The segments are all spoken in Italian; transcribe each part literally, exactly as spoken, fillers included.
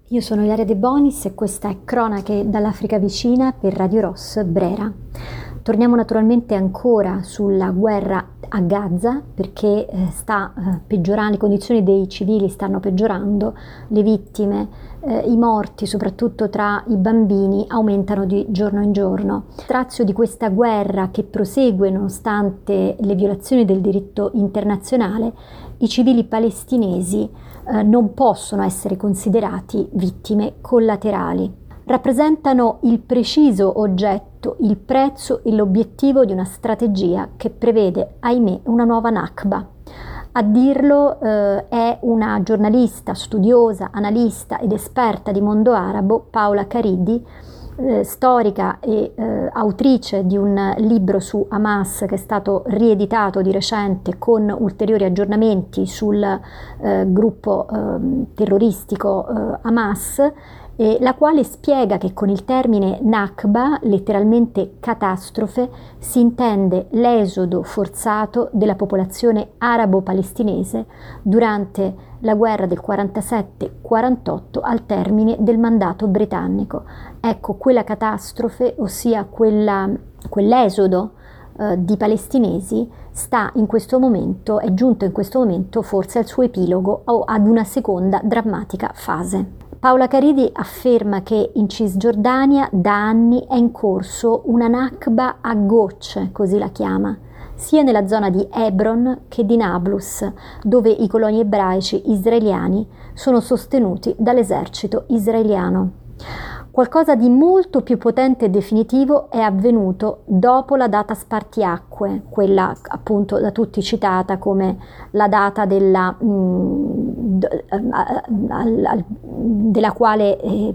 Io sono Ilaria De Bonis e questa è Cronache dall'Africa vicina per Radio Ross Brera. Torniamo naturalmente ancora sulla guerra a Gaza perché eh, sta eh, peggiorando, le condizioni dei civili stanno peggiorando, le vittime, eh, i morti, soprattutto tra i bambini, aumentano di giorno in giorno. Strazio di questa guerra che prosegue nonostante le violazioni del diritto internazionale, i civili palestinesi eh, non possono essere considerati vittime collaterali. Rappresentano il preciso oggetto, il prezzo e l'obiettivo di una strategia che prevede, ahimè, una nuova Nakba. A dirlo eh, è una giornalista, studiosa, analista ed esperta di mondo arabo, Paola Caridi, eh, storica e eh, autrice di un libro su Hamas che è stato rieditato di recente con ulteriori aggiornamenti sul eh, gruppo eh, terroristico eh, Hamas, Eh, la quale spiega che con il termine Nakba, letteralmente catastrofe, si intende l'esodo forzato della popolazione arabo-palestinese durante la guerra del quarantasette quarantotto al termine del mandato britannico. Ecco, quella catastrofe, ossia quella, quell'esodo eh, di palestinesi, sta in questo momento, è giunto in questo momento forse al suo epilogo o ad una seconda drammatica fase. Paola Caridi afferma che in Cisgiordania da anni è in corso una Nakba a gocce, così la chiama, sia nella zona di Hebron che di Nablus, dove i coloni ebraici israeliani sono sostenuti dall'esercito israeliano. Qualcosa di molto più potente e definitivo è avvenuto dopo la data spartiacque, quella appunto da tutti citata come la data della, mh, della quale eh,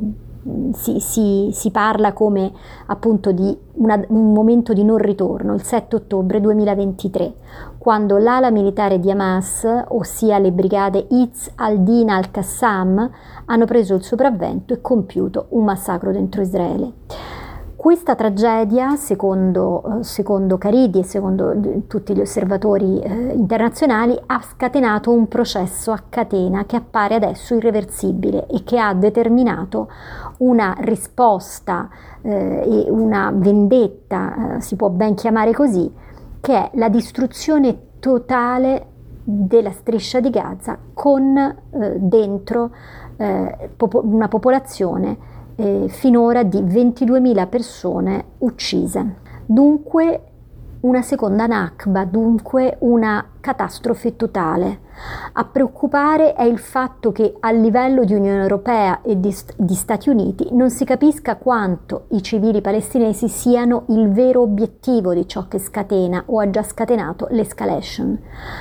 si, si, si parla come appunto di una, un momento di non ritorno, il sette ottobre duemilaventitré, quando l'ala militare di Hamas, ossia le brigate Izz al-Din al-Qassam, hanno preso il sopravvento e compiuto un massacro dentro Israele. Questa tragedia, secondo, secondo Caridi e secondo tutti gli osservatori eh, internazionali, ha scatenato un processo a catena che appare adesso irreversibile e che ha determinato una risposta eh, e una vendetta, eh, si può ben chiamare così, che è la distruzione totale della striscia di Gaza con eh, dentro eh, popo- una popolazione eh, finora di ventiduemila persone uccise. Dunque una seconda Nakba, dunque una catastrofe totale. A preoccupare è il fatto che a livello di Unione Europea e di, di Stati Uniti non si capisca quanto i civili palestinesi siano il vero obiettivo di ciò che scatena o ha già scatenato l'escalation.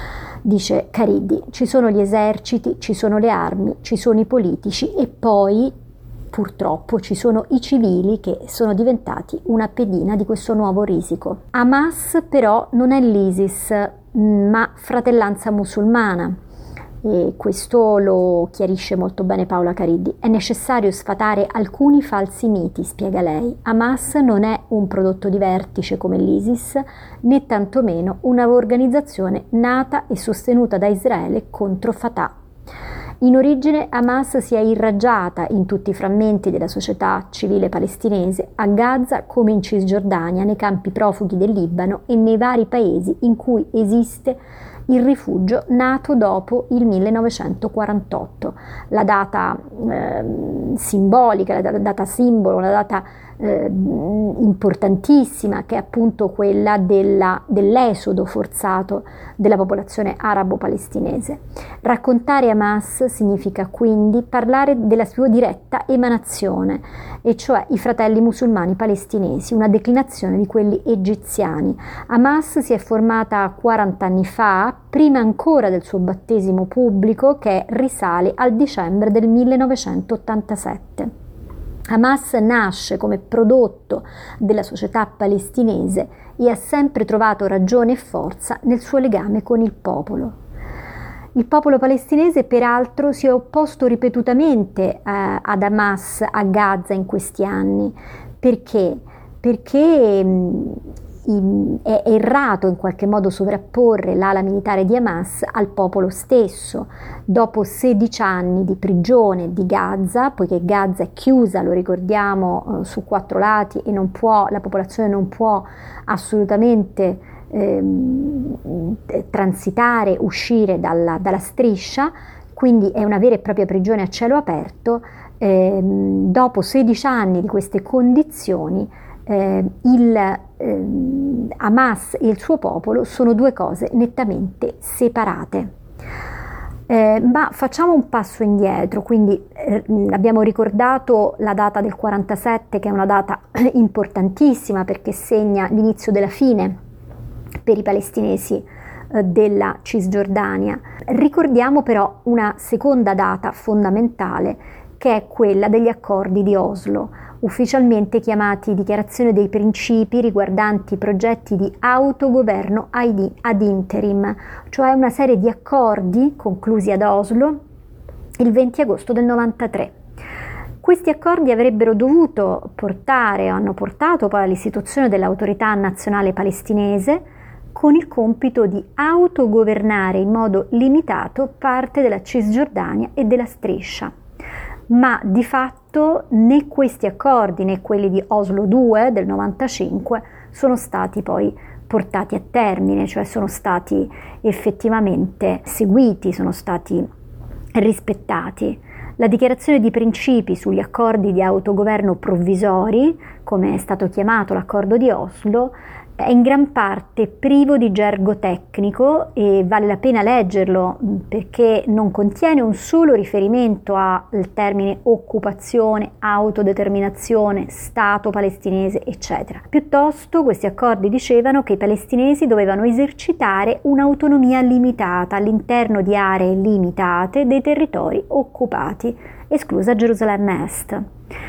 Dice Caridi, ci sono gli eserciti, ci sono le armi, ci sono i politici e poi purtroppo ci sono i civili che sono diventati una pedina di questo nuovo risico. Hamas però non è l'ISIS, ma Fratellanza Musulmana. E questo lo chiarisce molto bene Paola Caridi. È necessario sfatare alcuni falsi miti, spiega lei. Hamas non è un prodotto di vertice come l'ISIS, né tantomeno una organizzazione nata e sostenuta da Israele contro Fatah. In origine Hamas si è irraggiata in tutti i frammenti della società civile palestinese, a Gaza come in Cisgiordania, nei campi profughi del Libano e nei vari paesi in cui esiste il rifugio nato dopo il millenovecentoquarantotto. La data eh, simbolica, la data simbolo, la data eh, importantissima che è appunto quella della, dell'esodo forzato della popolazione arabo-palestinese. Raccontare Hamas significa quindi parlare della sua diretta emanazione, e cioè i fratelli musulmani palestinesi, una declinazione di quelli egiziani. Hamas si è formata quaranta anni fa, prima ancora del suo battesimo pubblico che risale al dicembre del millenovecentottantasette. Hamas nasce come prodotto della società palestinese e ha sempre trovato ragione e forza nel suo legame con il popolo. Il popolo palestinese peraltro si è opposto ripetutamente eh, ad Hamas a Gaza in questi anni. Perché? Perché mh, in, è errato in qualche modo sovrapporre l'ala militare di Hamas al popolo stesso. Dopo sedici anni di prigione di Gaza, poiché Gaza è chiusa, lo ricordiamo, eh, su quattro lati e non può, la popolazione non può assolutamente ehm, transitare, uscire dalla, dalla striscia, quindi è una vera e propria prigione a cielo aperto. Eh, dopo sedici anni di queste condizioni, eh, il, eh, Hamas e il suo popolo sono due cose nettamente separate. Eh, ma facciamo un passo indietro, quindi eh, abbiamo ricordato la data del quarantasette, che è una data importantissima perché segna l'inizio della fine per i palestinesi eh, della Cisgiordania. Ricordiamo però una seconda data fondamentale, che è quella degli accordi di Oslo, ufficialmente chiamati Dichiarazione dei principi riguardanti progetti di autogoverno ad interim, cioè una serie di accordi conclusi ad Oslo il venti agosto del novantatré. Questi accordi avrebbero dovuto portare, hanno portato poi all'istituzione dell'Autorità Nazionale Palestinese, con il compito di autogovernare in modo limitato parte della Cisgiordania e della Striscia. Ma di fatto né questi accordi né quelli di Oslo due del novantacinque sono stati poi portati a termine, cioè sono stati effettivamente seguiti, sono stati rispettati. La dichiarazione di principi sugli accordi di autogoverno provvisori, come è stato chiamato l'accordo di Oslo, è in gran parte privo di gergo tecnico e vale la pena leggerlo perché non contiene un solo riferimento al termine occupazione, autodeterminazione, Stato palestinese, eccetera. Piuttosto questi accordi dicevano che i palestinesi dovevano esercitare un'autonomia limitata all'interno di aree limitate dei territori occupati, esclusa Gerusalemme Est.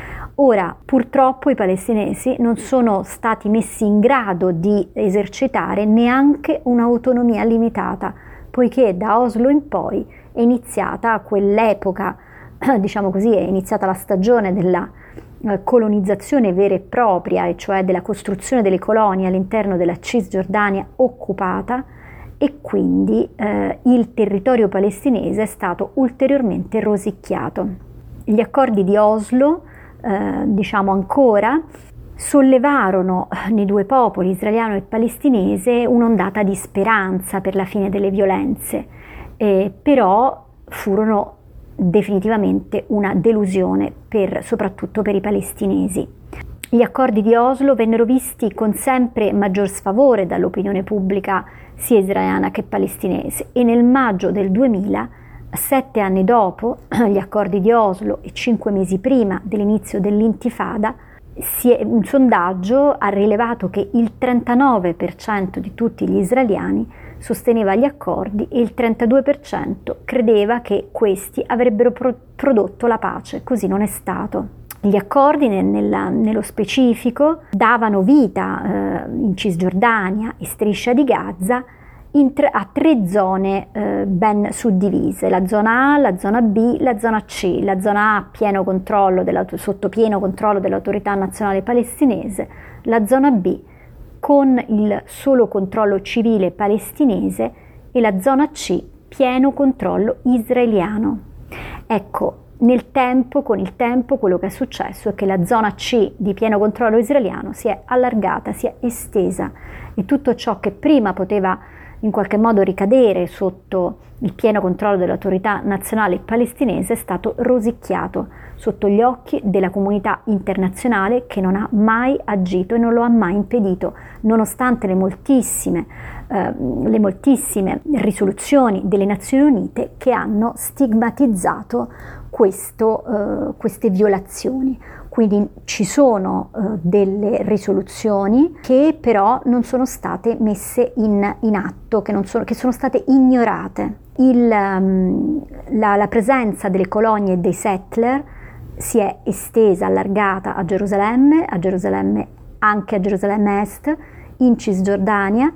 Ora, purtroppo i palestinesi non sono stati messi in grado di esercitare neanche un'autonomia limitata, poiché da Oslo in poi è iniziata quell'epoca, diciamo così, è iniziata la stagione della colonizzazione vera e propria, e cioè della costruzione delle colonie all'interno della Cisgiordania occupata, e quindi eh, il territorio palestinese è stato ulteriormente rosicchiato. Gli accordi di Oslo, Eh, diciamo ancora, sollevarono nei due popoli, israeliano e palestinese, un'ondata di speranza per la fine delle violenze, eh, però furono definitivamente una delusione per, soprattutto per i palestinesi. Gli accordi di Oslo vennero visti con sempre maggior sfavore dall'opinione pubblica sia israeliana che palestinese e nel maggio del duemila, sette anni dopo gli accordi di Oslo e cinque mesi prima dell'inizio dell'intifada, si è, un sondaggio ha rilevato che il trentanove per cento di tutti gli israeliani sosteneva gli accordi e il trentadue per cento credeva che questi avrebbero pro- prodotto la pace. Così non è stato. Gli accordi nel, nella, nello specifico davano vita eh, in Cisgiordania e Striscia di Gaza In tre, a tre zone eh, ben suddivise, la zona A, la zona B, la zona C. La zona A pieno controllo sotto pieno controllo dell'Autorità Nazionale Palestinese, la zona B con il solo controllo civile palestinese e la zona C pieno controllo israeliano. Ecco, nel tempo, con il tempo, quello che è successo è che la zona C di pieno controllo israeliano si è allargata, si è estesa e tutto ciò che prima poteva in qualche modo ricadere sotto il pieno controllo dell'Autorità Nazionale Palestinese è stato rosicchiato sotto gli occhi della comunità internazionale, che non ha mai agito e non lo ha mai impedito, nonostante le moltissime, eh, le moltissime risoluzioni delle Nazioni Unite che hanno stigmatizzato questo, eh, queste violazioni. Quindi ci sono uh, delle risoluzioni che però non sono state messe in, in atto, che, non sono, che sono state ignorate. Il, um, la, la presenza delle colonie e dei settler si è estesa, allargata a Gerusalemme, a Gerusalemme anche a Gerusalemme Est, in Cisgiordania,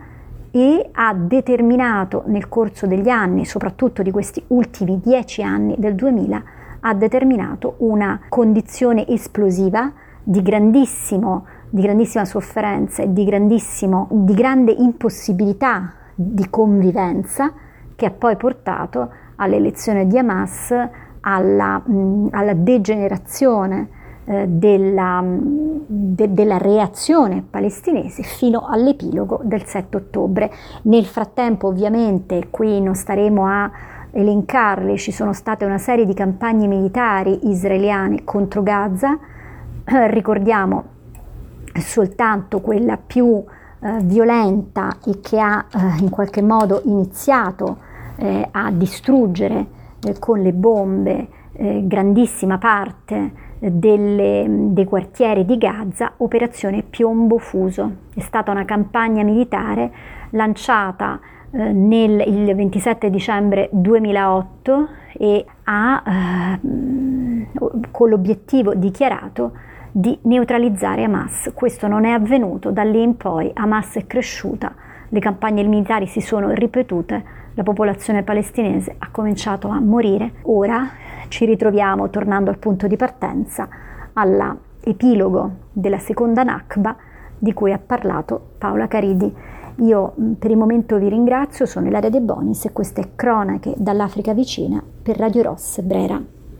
e ha determinato nel corso degli anni, soprattutto di questi ultimi dieci anni del duemila, ha determinato una condizione esplosiva di grandissimo di grandissima sofferenza e di, grandissimo, di grande impossibilità di convivenza, che ha poi portato all'elezione di Hamas, alla, mh, alla degenerazione eh, della, de, della reazione palestinese fino all'epilogo del sette ottobre. Nel frattempo, ovviamente, qui non staremo a elencarle, ci sono state una serie di campagne militari israeliane contro Gaza. Eh, ricordiamo soltanto quella più eh, violenta e che ha eh, in qualche modo iniziato eh, a distruggere eh, con le bombe eh, grandissima parte eh, delle, dei quartieri di Gaza, Operazione Piombo Fuso. È stata una campagna militare lanciata eh, nel il ventisette dicembre duemilaotto e ha eh, con l'obiettivo dichiarato di neutralizzare Hamas. Questo non è avvenuto, da lì in poi Hamas è cresciuta, le campagne militari si sono ripetute, la popolazione palestinese ha cominciato a morire. Ora ci ritroviamo, tornando al punto di partenza, all'epilogo della seconda Nakba di cui ha parlato Paola Caridi. Io per il momento vi ringrazio, sono Ilaria De Bonis e queste Cronache dall'Africa vicina per Radio Ross Brera.